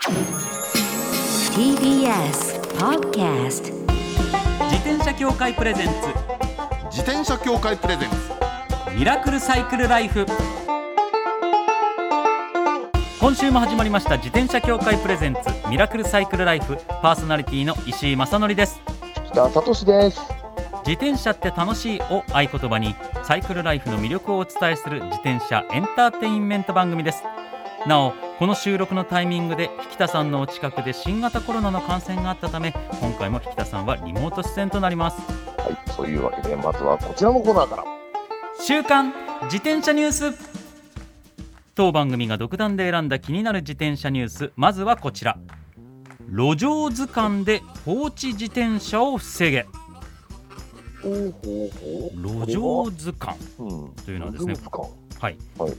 TBS Podcast 自転車協会プレゼンツ自転車協会プレゼンツミラクルサイクルライフ。今週も始まりました自転車協会プレゼンツミラクルサイクルライフ。パーソナリティの石井正則です。 北聡です。 自転車って楽しいを合言葉にサイクルライフの魅力をお伝えする自転車エンターテインメント番組です。なおこの収録のタイミングで引田さんのお近くで新型コロナの感染があったため、今回も引田さんはリモート出演となります。 はい、そういうわけでまずはこちらのコーナーから。 週刊自転車ニュース。当番組が独断で選んだ気になる自転車ニュース、まずはこちら。路上図鑑で放置自転車を防げ。路上図鑑というのはですね、はい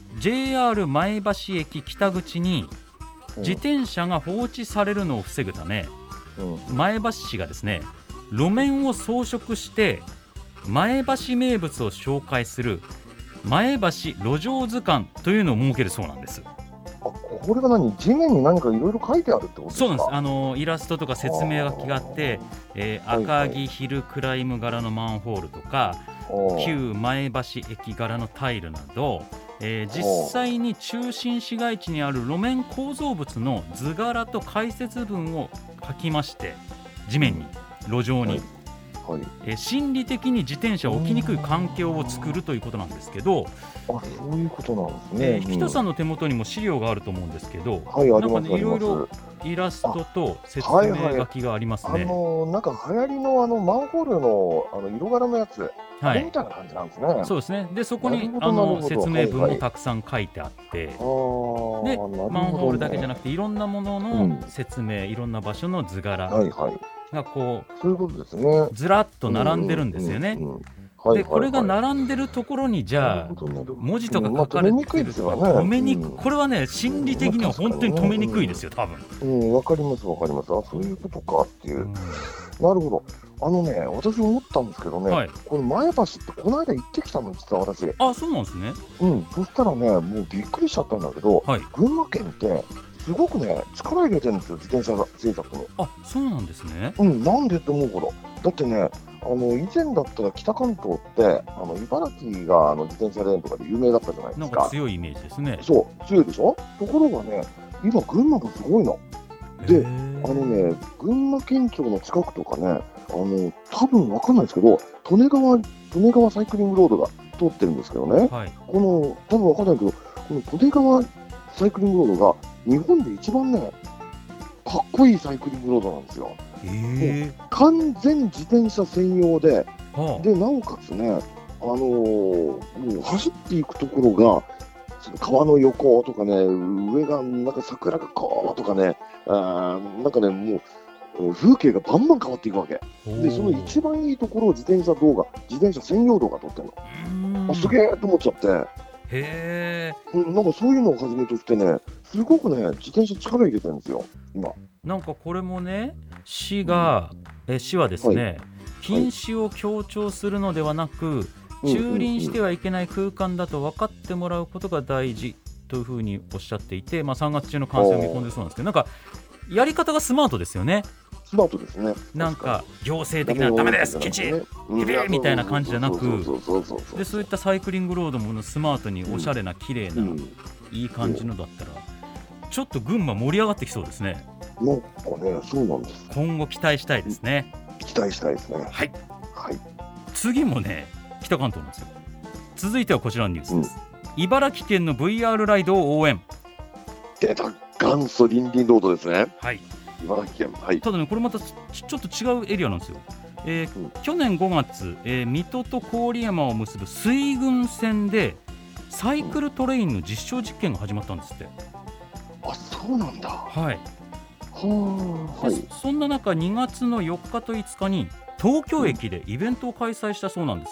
、JR 前橋駅北口に自転車が放置されるのを防ぐため、前橋市がですね、路面を装飾して前橋名物を紹介する前橋路上図鑑というのを設けるそうなんです。 これが何、地面に何かいろいろ書いてあるってことですか？ そうなんです。イラストとか説明書きがあって、赤木ヒルクライム柄のマンホールとか、旧前橋駅柄のタイルなど、実際に中心市街地にある路面構造物の図柄と解説文を書きまして、地面に路上に、心理的に自転車を置きにくい環境を作るということなんですけど、 そういうことなんですね。 引田さんの手元にも資料があると思うんですけど、なんかね、いろいろイラストと説明書きがありますね。 なんか流行りのマンホールの色柄のやつ、あれみたいな感じなんですね。 そうですね。でそこに説明文もたくさん書いてあって、でマンホールだけじゃなくていろんなものの説明、いろんな場所の図柄がこう、 そういうことですね、 ずらっと並んでるんですよね。でこれが並んでるところにじゃあ文字とか書かれてるとか止めにくい、これはね、心理的には本当に止めにくいですよ、多分。 わかりますわかります。そういうことかっていう、なるほど。私思ったんですけどね、この前橋ってこの間行ってきたの、実は私。 そうなんですね。 そしたらね、もうびっくりしちゃったんだけど、群馬県ってすごくね、力入れてるんですよ、自転車政策に。 そうなんですね。 なんでって思うほど。だってね、以前だったら北関東って茨城が自転車レーンとかで有名だったじゃないですか。 なんか強いイメージですね。 そう強いでしょ。ところがね、今群馬がすごいので、群馬県庁の近くとかね、多分わかんないですけど、利根川サイクリングロードが通ってるんですけどね、多分わかんないけど、この利根川サイクリングロードが日本で一番ね、かっこいいサイクリングロードなんですよ。完全自転車専用で、なおかつね、もう走っていくところが川の横とかね、上がなんか桜がこうとかね、なんかね、もう風景がバンバン変わっていくわけで、その一番いいところを自転車専用動画撮ってるの。すげえと思っちゃって。なんかそういうのをはじめとしてね、すごくね、自転車力入れてるんですよ今。 なんかこれもね、市はですね、禁止を強調するのではなく、駐輪してはいけない空間だと分かってもらうことが大事というふうにおっしゃっていて、3月中の感染を見込んでそうなんですけど、なんかやり方がスマートですよね。 スマートですね。なんか行政的なダメですケチみたいな感じじゃなく、でそういったサイクリングロードもスマートにおしゃれな綺麗な、いい感じのだったら、ちょっと群馬盛り上がってきそうですね。 なんかね、そうなんです。 今後期待したいですね。 期待したいですね。 次もね、北関東なんですよ。続いてはこちらのニュースです。茨城県の VR ライドを応援。 出た、元祖リンリンロードですね。茨城県。 ただね、これまたちょっと違うエリアなんですよ。去年5月、水戸と郡山を結ぶ水郡線でサイクルトレインの実証実験が始まったんですって。 そうなんだ。 そんな中、2月の4日と5日に東京駅でイベントを開催したそうなんです。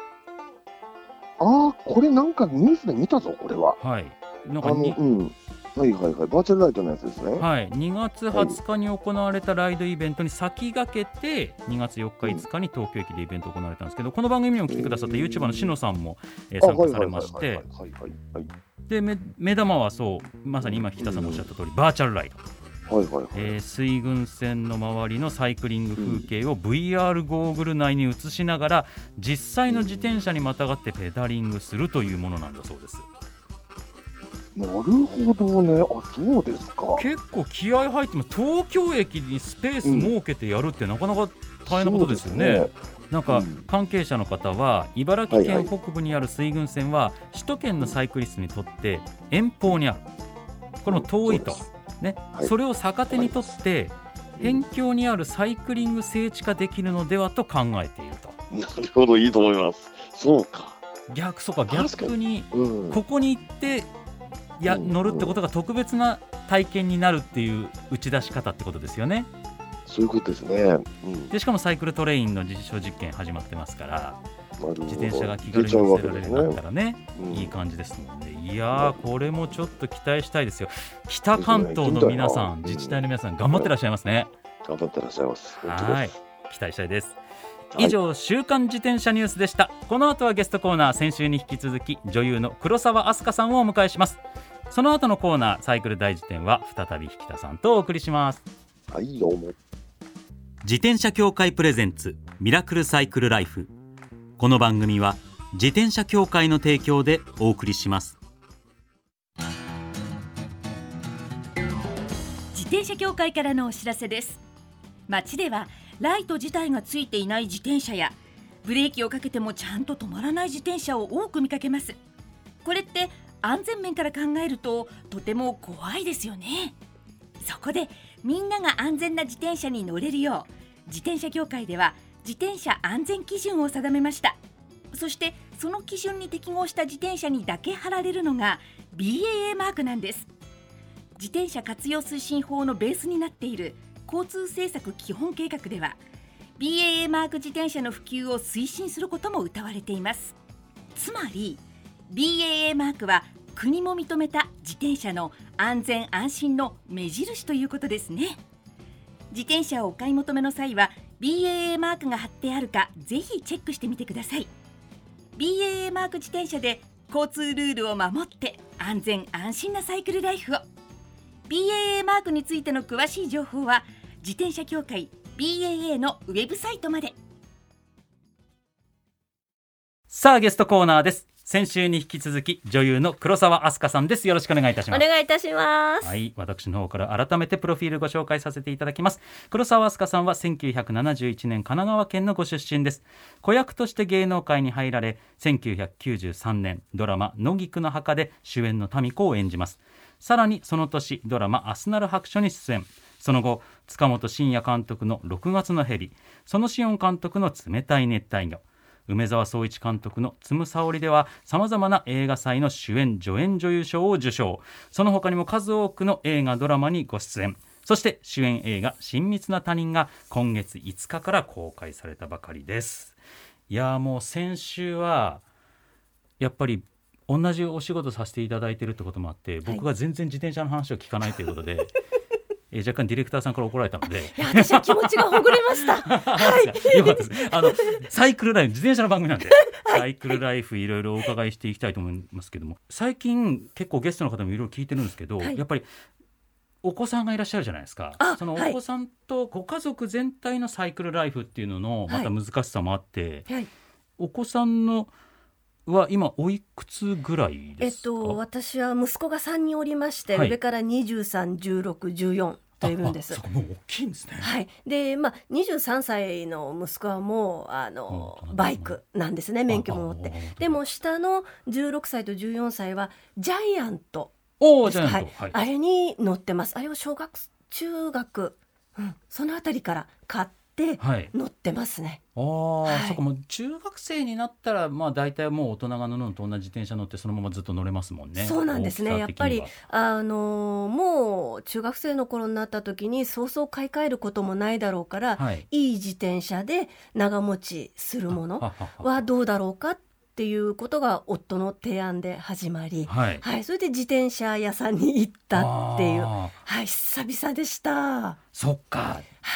これなんかニュースで見たぞ、これは。 なんかバーチャルライドのやつですね。 2月20日に行われたライドイベントに先駆けて、2月4日5日に東京駅でイベントが行われたんですけど、この番組にも来てくださった YouTuber の篠さんも参加されまして、で目玉はそう、まさに今引田さんがおっしゃった通りバーチャルライド水郡線の周りのサイクリング風景を VR ゴーグル内に映しながら実際の自転車にまたがってペダリングするというものなんだそうです。 なるほどね。あ、そうですか。 結構気合入ってます。東京駅にスペース設けてやるってなかなか大変なことですよね。なんか関係者の方は茨城県北部にある水郡線は首都圏のサイクリストにとって遠方にある、これも遠いと、ね、それを逆手にとって辺境にあるサイクリング聖地化できるのではと考えていると。 なるほど、いいと思います。そうか。 逆にここに行って乗るってことが特別な体験になるっていう打ち出し方ってことですよね。 そういうことですね。 でしかもサイクルトレインの実証実験始まってますから、自転車が気軽に乗乗せられるようになったらね、いい感じですもんね。いやー、これもちょっと期待したいですよ。北関東の皆さん、自治体の皆さん頑張ってらっしゃいますね。 頑張ってらっしゃいます。 はい、期待したいです。以上、週刊自転車ニュースでした。この後はゲストコーナー、先週に引き続き女優の黒沢明日香さんをお迎えします。その後のコーナー、サイクル大辞典は再び引田さんとお送りします。 はい、どうも。 自転車協会プレゼンツミラクルサイクルライフ。この番組は自転車協会の提供でお送りします。 自転車協会からのお知らせです。街ではライト自体がついていない自転車やブレーキをかけてもちゃんと止まらない自転車を多く見かけます。これって安全面から考えるととても怖いですよね。そこでみんなが安全な自転車に乗れるよう、自転車協会では自転車安全基準を定めました。そしてその基準に適合した自転車にだけ貼られるのが BAA マークなんです。自転車活用推進法のベースになっている交通政策基本計画では BAA マーク自転車の普及を推進することも謳われています。つまり BAA マークは国も認めた自転車の安全安心の目印ということですね。自転車をお買い求めの際は BAA マークが貼ってあるかぜひチェックしてみてください。 BAA マーク自転車で交通ルールを守って安全安心なサイクルライフを。 BAA マークについての詳しい情報は自転車協会 BAA のウェブサイトまで。 さあ、ゲストコーナーです。先週に引き続き女優の黒沢明日香さんです。よろしくお願いいたします。 お願いいたします。 はい、私の方から改めてプロフィールご紹介させていただきます。黒沢明日香さんは1971年神奈川県のご出身です。子役として芸能界に入られ、1993年ドラマ野菊の墓で主演の民子を演じます。さらにその年ドラマアスナル白書に出演。その後塚本慎也監督の6月の蛇、園子温監督の冷たい熱帯魚、梅沢総一監督のつむさおりではさまざまな映画祭の主演助演女優賞を受賞。その他にも数多くの映画ドラマにご出演。そして主演映画親密な他人が今月5日から公開されたばかりです。いや、もう先週はやっぱり同じお仕事させていただいているってこともあって、僕が全然自転車の話を聞かないということで、若干ディレクターさんから怒られたので、 いや、私は気持ちがほぐれました。 はい、よかったです。サイクルライフ、自転車の番組なんで、サイクルライフいろいろお伺いしていきたいと思いますけども、最近結構ゲストの方もいろいろ聞いてるんですけど、やっぱりお子さんがいらっしゃるじゃないですか。そのお子さんとご家族全体のサイクルライフっていうののまた難しさもあって、お子さんのは今おいくつぐらいですか？ 私は息子が3人おりまして、上から23、16、14といるんです。 そこもう大きいんですね。 はい。で、23歳の息子はもうバイクなんですね、免許も持って。でも下の16歳と14歳はジャイアント、あれに乗ってます。あれを中学、そのあたりから買って乗ってますね。 そこも中学生になったら大体もう大人が乗るのと同じ自転車乗ってそのままずっと乗れますもんね。 そうなんですね。やっぱりもう中学生の頃になった時にそうそう買い替えることもないだろうから、いい自転車で長持ちするものはどうだろうかっていうことが夫の提案で始まり、それで自転車屋さんに行ったっていう、久々でした。 そっか。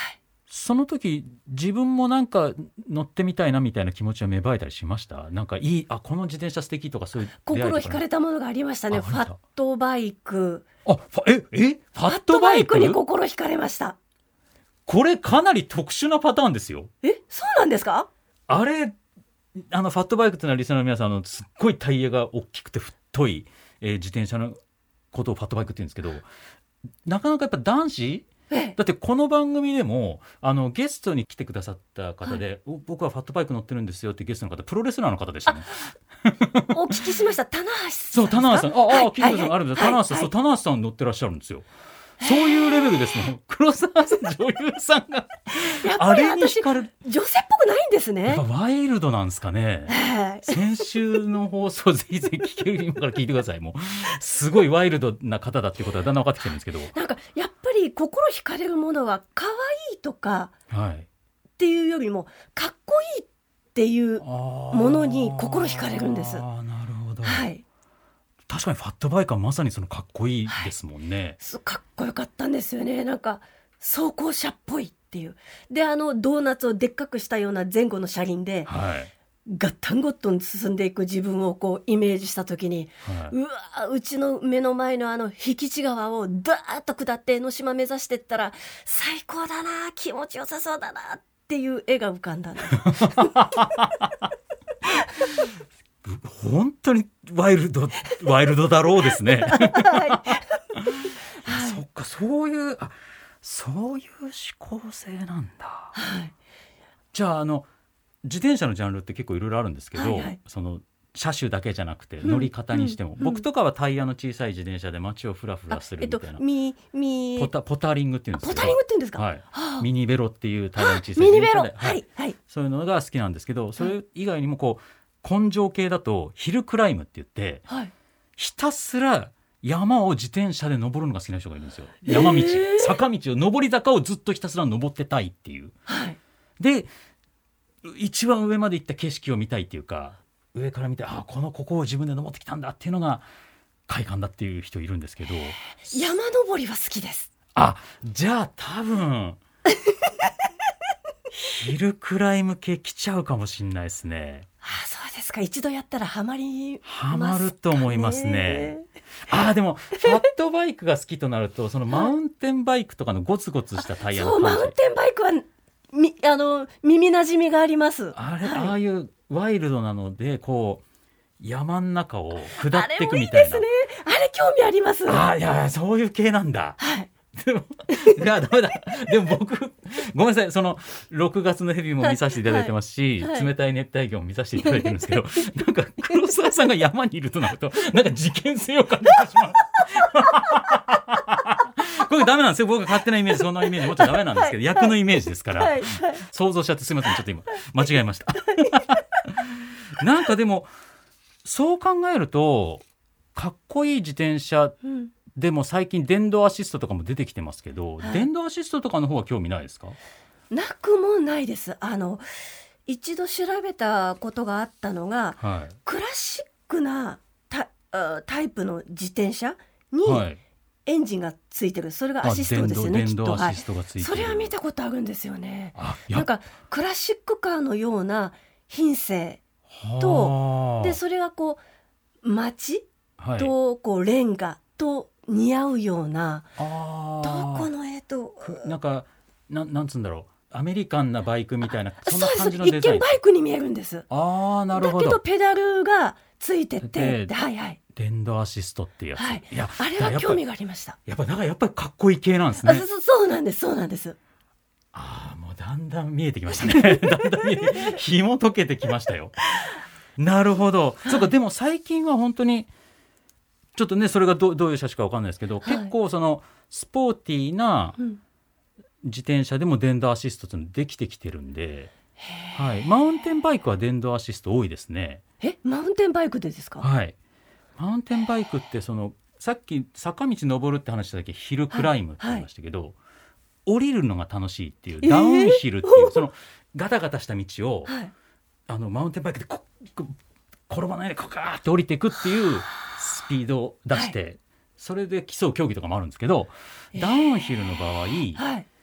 その時自分もなんか乗ってみたいなみたいな気持ちは芽生えたりしました？なんかこの自転車素敵とか、そういう出会いとか、 心惹かれたものがありましたね。ファットバイク。 ファットバイクに心惹かれました。 これかなり特殊なパターンですよ。 そうなんですか？ あれファットバイクというのはリスナーの皆さんすっごいタイヤが大きくて太い、自転車のことをファットバイクって言うんですけど、なかなかやっぱ男子だってこの番組でもゲストに来てくださった方で、僕はファットバイク乗ってるんですよってゲストの方、プロレスラーの方でしたね。 お聞きしました。棚橋さんですか？ そう、棚橋さん、聞いたことあるんです。棚橋さん乗ってらっしゃるんですよ。そういうレベルですね。黒沢さん、女優さんがあれに惹かれる。 女性っぽくないんですね。 やっぱワイルドなんですかね。先週の放送ぜひぜひ今から聞いてください。もうすごいワイルドな方だっていうことがだんだん分かってきてるんですけど、 なんかやっぱり心惹かれるものは可愛いとかっていうよりもかっこいいっていうものに心惹かれるんです。 なるほど。 はい。 確かにファットバイクはまさにそのかっこいいですもんね。 かっこよかったんですよね。なんか装甲車っぽいっていう。でドーナツをでっかくしたような前後の車輪で、ガッタンゴットン進んでいく自分をこうイメージした時に、うちの目の前の引地川をダーッと下って江ノ島目指してったら最高だな、気持ちよさそうだなっていう絵が浮かんだんです。 本当にワイルドだろうですね。そっか、そういう思考性なんだ。じゃあ自転車のジャンルって結構いろいろあるんですけど、その車種だけじゃなくて乗り方にしても、僕とかはタイヤの小さい自転車で街をフラフラするみたいな、ポタリングっていうんですけど、 ポタリングっていうんですか？ ミニベロっていうタイヤの小さい自転車で、そういうのが好きなんですけど、それ以外にもこう根性系だとヒルクライムって言って、ひたすら山を自転車で登るのが好きな人がいるんですよ。山道、坂道を上り坂をずっとひたすら登ってたいっていう、で一番上まで行った景色を見たいっていうか、上から見てここを自分で登ってきたんだっていうのが快感だっていう人いるんですけど、 山登りは好きです。 じゃあ多分ヒルクライム系来ちゃうかもしれないですね。 そうですか。一度やったらハマると思いますね。でもファットバイクが好きとなると、そのマウンテンバイクとかのゴツゴツしたタイヤの感じ。 マウンテンバイクは耳なじみがあります。 ああいうワイルドなのでこう山の中を下っていくみたいな。あれもいいですね。 あれ興味あります。 いやそういう系なんだ。でもダメだ。でも僕ごめんなさい、その6月のヘビも見させていただいてますし、冷たい熱帯魚も見させていただいてるんですけど、なんか黒沢さんが山にいるとなるとなんか事件性を感じてしまう。これダメなんですよ。僕が勝手なイメージ、そんなイメージ持っちゃダメなんですけど、役のイメージですから、想像しちゃってすみません、ちょっと今間違えました。なんかでもそう考えるとかっこいい自転車、でも最近電動アシストとかも出てきてますけど、電動アシストとかの方は興味ないですか？ なくもないです。一度調べたことがあったのが、クラシックなタイプの自転車にエンジンがついてる、それがアシストですよね。 電動アシストがついてる、 それは見たことあるんですよね。なんかクラシックカーのような品性と、でそれがこう街とこうレンガと似合うような、どこのなんつうんだろう、アメリカンなバイクみたいな、そんな感じのデザイン。 一見バイクに見えるんです。 なるほど。 だけどペダルがついてて、 電動アシストっていうやつ、 あれは興味がありました。 やっぱりかっこいい系なんですね。 そうなんです。もうだんだん見えてきましたね。だんだん紐解けてきましたよ。なるほど。そうか。でも最近は本当にちょっとね、それがどういう車種か分かんないですけど、結構そのスポーティーな自転車でも電動アシストっていうのできてきてるんで、マウンテンバイクは電動アシスト多いですね。 マウンテンバイクでですか？ マウンテンバイクってさっき坂道登るって話した時ヒルクライムって言いましたけど、降りるのが楽しいっていう、ダウンヒルっていう、そのガタガタした道を、マウンテンバイクで転ばないでコカーって降りていくっていうスピードを出して、それで競う競技とかもあるんですけど、ダウンヒルの場合、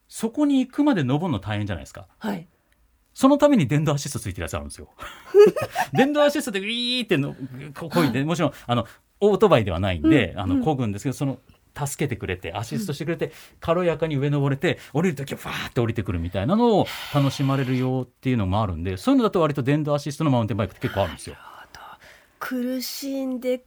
そこに行くまで登るの大変じゃないですか。 はい、 そのために電動アシストついてるやつあるんですよ電動アシストでウィーってこいで、もちろんオートバイではないんで、漕ぐんですけど、その助けてくれてアシストしてくれて、軽やかに上登れて、降りるときはファーって降りてくるみたいなのを楽しまれるよっていうのもあるんで、そういうのだと割と電動アシストのマウンテンバイクって結構あるんですよ。 苦しんでい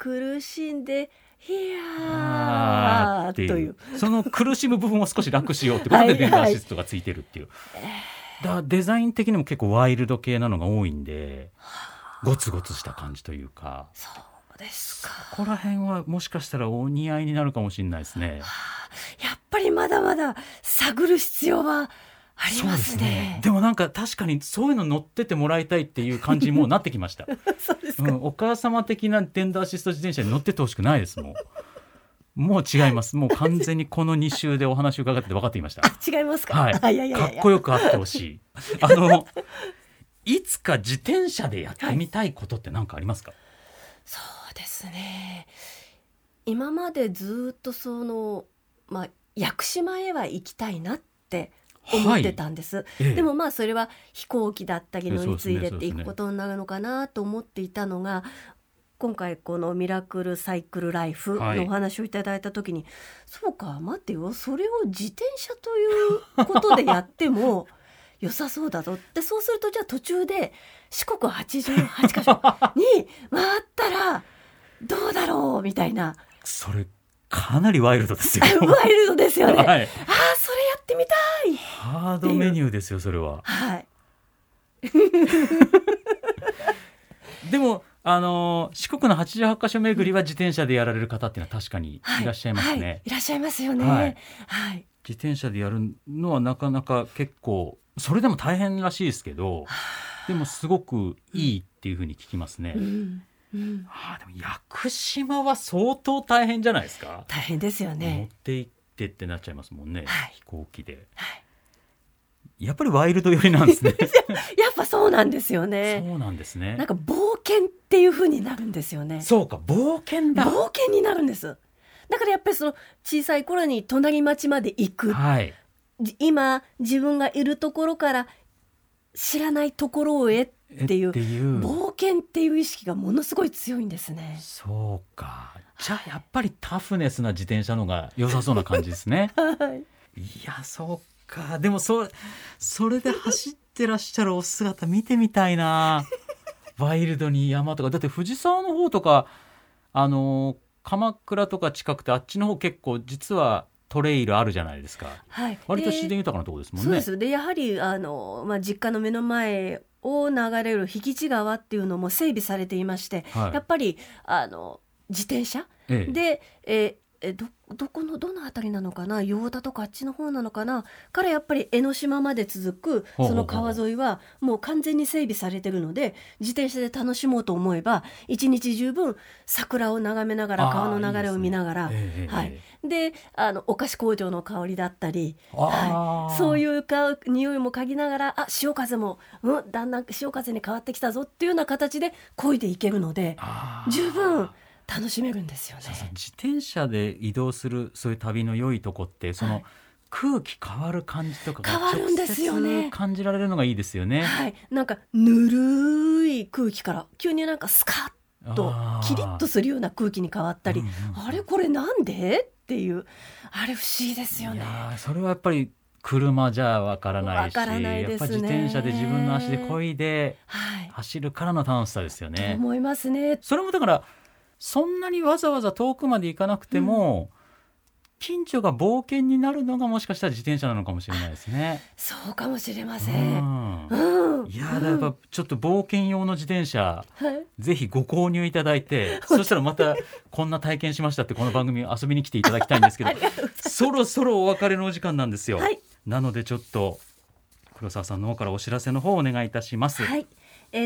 やーってというその苦しむ部分を少し楽しようってことで電動アシストがついてるっていう、だからデザイン的にも結構ワイルド系なのが多いんで、ゴツゴツした感じというか。 そうですか。 ここら辺はもしかしたらお似合いになるかもしれないですね。 やっぱりまだまだ探る必要はありますね。 そうですね。でもなんか確かにそういうの乗っててもらいたいっていう感じにもうなってきましたそうですか、 お母様的な電動アシスト自転車に乗ってってほしくないですもん。もう違います。もう完全にこの2週でお話を伺って分かっていました。 違いますか。 はい、かっこよくあってほしい。いつか自転車でやってみたいことって何かありますか？ そうですね、今までずっと屋久島へは行きたいなって思ってたんです、でもそれは飛行機だったり乗り継いでっていくことになるのかなと思っていたのが、今回このミラクルサイクルライフのお話をいただいた時に、そうか、待ってよ、それを自転車ということでやっても良さそうだぞって。そうするとじゃあ途中で四国88カ所に回ったらどうだろうみたいな。 それかなりワイルドですよ。 ワイルドですよね、 はい、 それやってみたい。 ハードメニューですよそれは。 はいでも四国の88カ所巡りは自転車でやられる方っていうのは確かにいらっしゃいますね、 いらっしゃいますよね、 はい自転車でやるのはなかなか結構それでも大変らしいですけど、でもすごくいいっていうふうに聞きますね、でも屋久島は相当大変じゃないですか。 大変ですよね。 持って行ってってなっちゃいますもんね、飛行機で、やっぱりワイルド寄りなんですねやっぱそうなんですよね。 そうなんですね。 なんか冒険っていう風になるんですよね。 そうか、冒険だ。 冒険になるんです。だからやっぱりその小さい頃に隣町まで行く、今自分がいるところから知らないところへっていう冒険っていう意識がものすごい強いんですね。 そうか、じゃあやっぱりタフネスな自転車の方が良さそうな感じですねいや、そうか。でもそれで走ってらっしゃるお姿見てみたいなワイルドに山とか。だって藤沢の方とか鎌倉とか近くて、あっちの方結構実はトレイルあるじゃないですか、割と自然豊かなところですもんね。 そうです。でやはり実家の目の前を流れる引地川っていうのも整備されていまして、やっぱり自転車、で、どのあたりなのかな、八田とかあっちの方なのかなからやっぱり江ノ島まで続くその川沿いはもう完全に整備されてるので、自転車で楽しもうと思えば一日十分桜を眺めながら川の流れを見ながら、でお菓子工場の香りだったり、そういう匂いも嗅ぎながら、潮風も、だんだん潮風に変わってきたぞっていうような形で漕いでいけるので、十分楽しめるんですよね。 自転車で移動するそういう旅の良いとこって、その空気変わる感じとかが直接感じられるのがいいですよね。 なんかぬるい空気から急になんかスカッとキリッとするような空気に変わったり、あれこれなんでっていう、あれ不思議ですよね。 それはやっぱり車じゃわからないし、 やっぱ自転車で自分の足で漕いで走るからの楽しさですよね。 と思いますね。 それもだからそんなにわざわざ遠くまで行かなくても、近所が冒険になるのがもしかしたら自転車なのかもしれないですね。 そうかもしれません。 いや、やっぱちょっと冒険用の自転車、ぜひご購入いただいて、そしたらまたこんな体験しましたってこの番組遊びに来ていただきたいんですけどそろそろお別れのお時間なんですよ、なのでちょっと黒沢さんの方からお知らせの方をお願いいたします。 第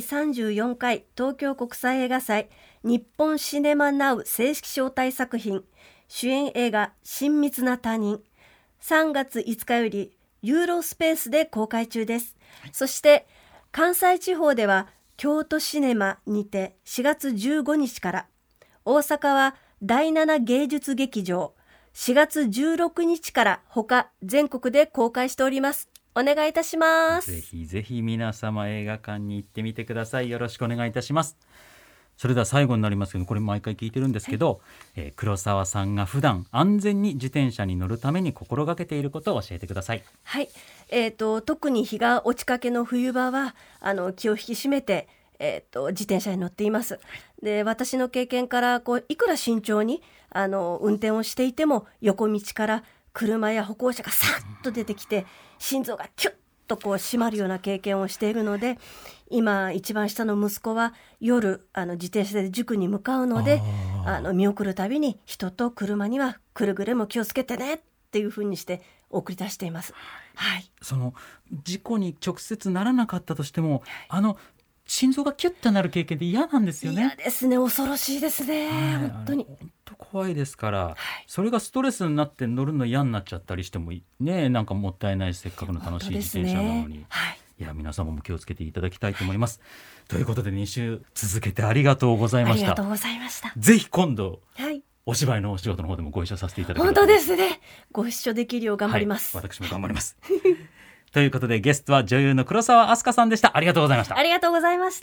34回東京国際映画祭日本シネマナウ正式招待作品主演映画親密な他人、3月5日よりユーロスペースで公開中です。そして関西地方では京都シネマにて4月15日から、大阪は第7芸術劇場 4月16日から他全国で公開しております。お願いいたします。 ぜひぜひ皆様映画館に行ってみてください。よろしくお願いいたします。それでは最後になりますけど、これ毎回聞いてるんですけど、黒沢さんが普段安全に自転車に乗るために心がけていることを教えてください。 はい、特に日が落ちかけの冬場は気を引き締めて、自転車に乗っています。で、私の経験からいくら慎重に運転をしていても、横道から車や歩行者がさっと出てきて心臓がキュッと締まるような経験をしているので、今一番下の息子は夜自転車で塾に向かうので、見送るたびに人と車にはくれぐれも気をつけてねっていう風にして送り出しています。はい、 その事故に直接ならなかったとしても、心臓がキュッとなる経験って嫌なんですよね。 嫌ですね。恐ろしいですね。本当に怖いですから、それがストレスになって乗るの嫌になっちゃったりしてもね、なんかもったいないし、せっかくの楽しい自転車なのに、いや皆様も気をつけていただきたいと思います。ということで2週続けてありがとうございました。 ありがとうございました。 ぜひ今度、お芝居のお仕事の方でもご一緒させていただきます。 本当ですね。ご一緒できるよう頑張ります。 私も頑張りますということでゲストは女優の黒沢明日香さんでした。ありがとうございました。 ありがとうございました。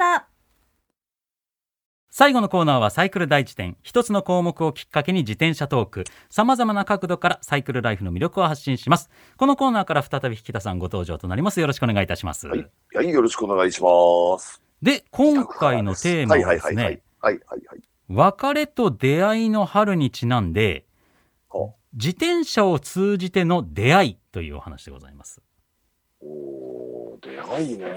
最後のコーナーはサイクル大辞典。一つの項目をきっかけに自転車トーク、様々な角度からサイクルライフの魅力を発信します。このコーナーから再び引田さんご登場となります。よろしくお願いいたします。 はい、よろしくお願いします。 で、今回のテーマはですね、別れと出会いの春にちなんで、自転車を通じての出会いというお話でございます。 出会いね。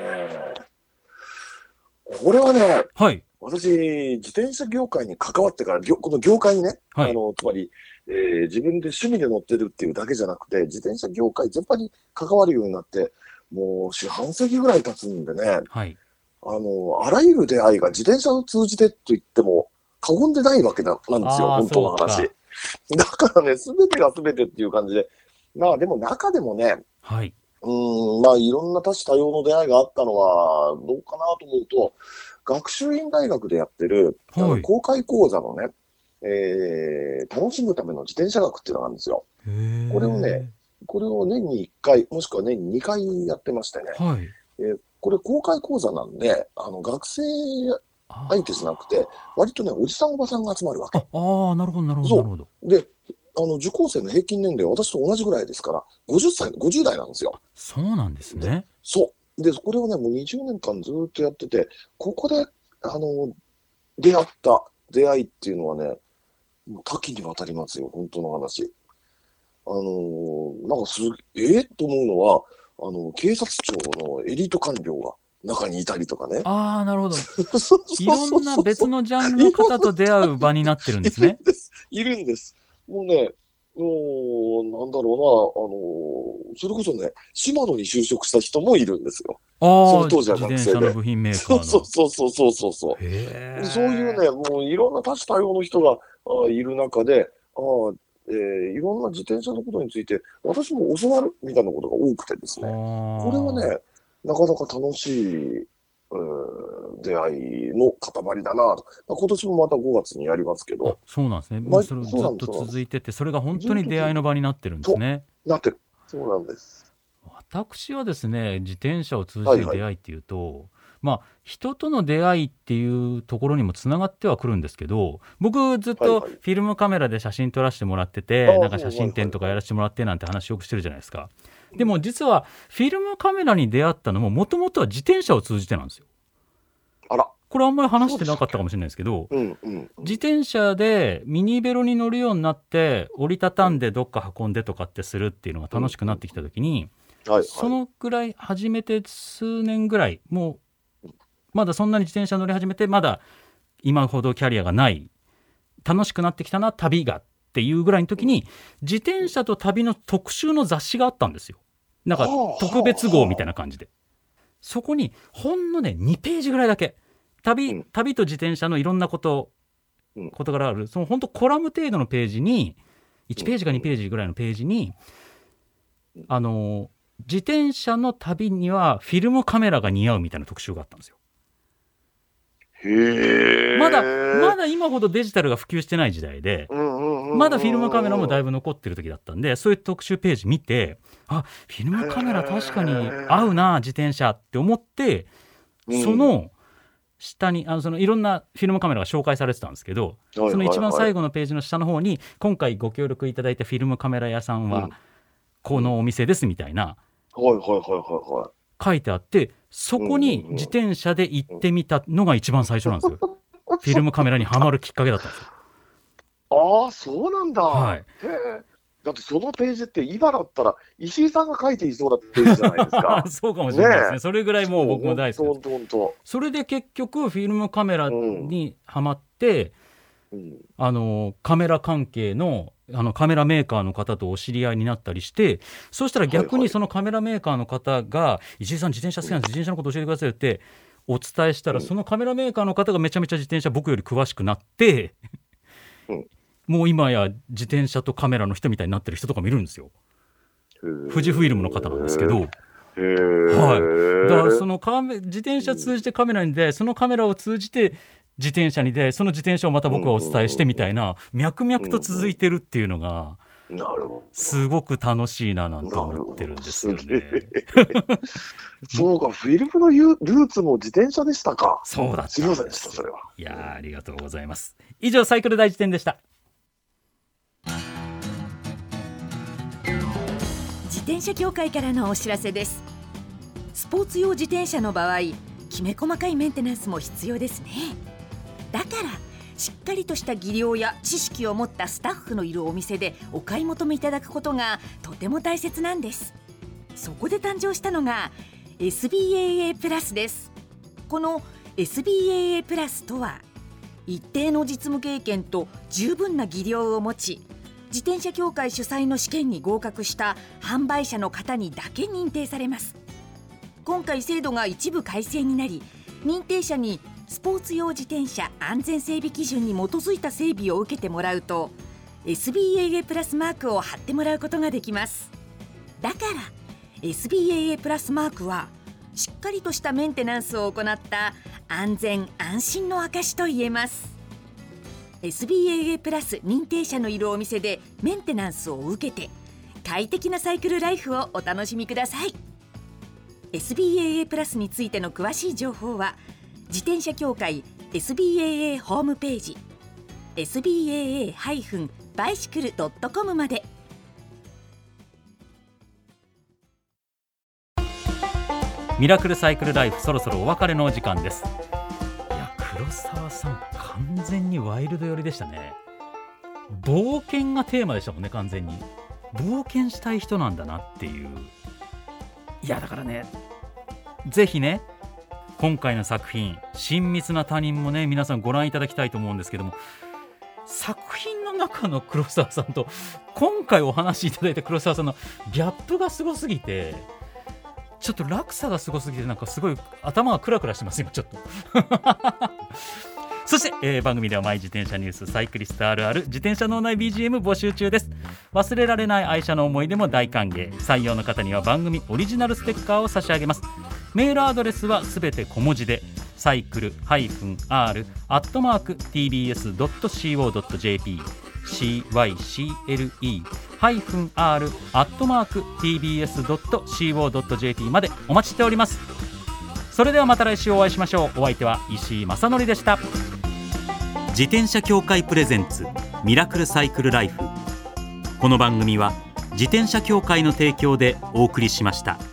これはね、私、自転車業界に関わってから、この業界にね、つまり、自分で趣味で乗ってるっていうだけじゃなくて、自転車業界全般に関わるようになって、もう四半世紀ぐらい経つんでね、あらゆる出会いが自転車を通じてと言っても過言でないわけなんですよ、本当の話。だからね、すべてがすべてっていう感じで、でも中でもね、いろんな多種多様の出会いがあったのはどうかなと思うと、学習院大学でやってる、公開講座のね、楽しむための自転車学っていうのがあるんですよ。これを年に1回、もしくは年に2回やってましてね。これ公開講座なんで、学生相手じゃなくて、割とね、おじさんおばさんが集まるわけ。 なるほど、なるほど、なるほど。 で、受講生の平均年齢は私と同じぐらいですから、50代なんですよ。 そうなんですね。 で、これをね、もう20年間ずっとやってて、ここで、出会った出会いっていうのはね、もう多岐にわたりますよ、本当の話。なんかと思うのは、警察庁のエリート官僚が中にいたりとかね。 なるほど。いろんな別のジャンルの方と出会う場になってるんですね。 いるんです。もうね、なんだろうな、それこそね、シマノに就職した人もいるんですよ。その当時は学生で。 自転車の部品メーカーの。 そういうね、もういろんな多種多様の人がいる中で、いろんな自転車のことについて、私も教わるみたいなことが多くてですね。これはね、なかなか楽しい、出会いの塊だなと。今年もまた5月にやりますけど。 そうなんですね。もうそれずっと続いてて、それが本当に出会いの場になってるんですね。 なってる。そうなんです。 私はですね、自転車を通じて出会いっていうと、人との出会いっていうところにもつながってはくるんですけど、僕ずっとフィルムカメラで写真撮らせてもらってて、なんか写真展とかやらせてもらってなんて話よくしてるじゃないですか。でも実はフィルムカメラに出会ったのももともとは自転車を通じてなんですよ。これあんまり話してなかったかもしれないですけど、自転車でミニベロに乗るようになって折りたたんでどっか運んでとかってするっていうのが楽しくなってきた時に、そのぐらい始めて数年ぐらい、もうまだそんなに自転車乗り始めてまだ今ほどキャリアがない、楽しくなってきたな旅がっていうぐらいの時に、自転車と旅の特集の雑誌があったんですよ。なんか特別号みたいな感じで、そこにほんのね2ページぐらいだけ旅と自転車のいろんな事柄ある、その本当コラム程度のページに、1ページか2ページぐらいのページに、自転車の旅にはフィルムカメラが似合うみたいな特集があったんですよ。まだ今ほどデジタルが普及してない時代で、 まだフィルムカメラもだいぶ残ってる時だったんで、そういう特集ページ見て、あ、フィルムカメラ確かに合うな自転車って思って、その下にそのいろんなフィルムカメラが紹介されてたんですけど、その一番最後のページの下の方に、今回ご協力いただいたフィルムカメラ屋さんはこのお店ですみたいな書いてあって、そこに自転車で行ってみたのが一番最初なんですよ。フィルムカメラにはまるきっかけだったんですよ。 ああ、そうなんだ。 はい。 へえ。だってそのページって今だったら石井さんが書いていそうなページじゃないですか。 そうかもしれないですね。それぐらいもう僕も大好きです。 本当。 それで結局フィルムカメラにはまって、カメラ関係のカメラメーカーの方とお知り合いになったりして、そうしたら逆にそのカメラメーカーの方が、石井さん自転車好きなんです、自転車のこと教えてくださいってお伝えしたら、そのカメラメーカーの方がめちゃめちゃ自転車僕より詳しくなって、もう今や自転車とカメラの人みたいになってる人とかもいるんですよ。富士フイルムの方なんですけど、はい、だからその自転車通じてカメラに出会い、そのカメラを通じて自転車に出会い、その自転車をまた僕がお伝えしてみたいな、脈々と続いてるっていうのがすごく楽しいななんて思ってるんですよね。 そうか、フィルムのルーツも自転車でしたか。 そうだった。 すみませんでした、それは。 いや、ありがとうございます。以上、サイクル大辞典でした。 自転車協会からのお知らせです。スポーツ用自転車の場合、きめ細かいメンテナンスも必要ですね。だからしっかりとした技量や知識を持ったスタッフのいるお店でお買い求めいただくことがとても大切なんです。そこで誕生したのが SBAA プラスです。この SBAA プラスとは、一定の実務経験と十分な技量を持ち、自転車協会主催の試験に合格した販売者の方にだけ認定されます。今回制度が一部改正になり、認定者にスポーツ用自転車安全整備基準に基づいた整備を受けてもらうと SBAA プラスマークを貼ってもらうことができます。だから SBAA プラスマークはしっかりとしたメンテナンスを行った安全安心の証と言えます。 SBAA プラス認定者のいるお店でメンテナンスを受けて快適なサイクルライフをお楽しみください。 SBAA プラスについての詳しい情報は自転車協会 SBAA ホームページ SBAA-bicycle.com まで。 ミラクルサイクルライフ、そろそろお別れのお時間です。いや、黒沢さん完全にワイルド寄りでしたね。冒険がテーマでしたもんね。完全に冒険したい人なんだなっていう。いや、だからね、ぜひね、今回の作品親密な他人もね、皆さんご覧いただきたいと思うんですけども、作品の中の黒沢さんと今回お話しいただいた黒沢さんのギャップがすごすぎて、ちょっと落差がすごすぎて、なんかすごい頭がクラクラしてます今ちょっとそして、番組ではマイ自転車ニュース、サイクリストあるある、自転車脳内 BGM 募集中です。忘れられない愛車の思い出も大歓迎。採用の方には番組オリジナルステッカーを差し上げます。メールアドレスはすべて小文字で、サイクル-r@tbs.co.jp cycle-r@tbs.co.jp までお待ちしております。それではまた来週お会いしましょう。お相手は石井正則でした。自転車協会プレゼンツミラクルサイクルライフ。この番組は自転車協会の提供でお送りしました。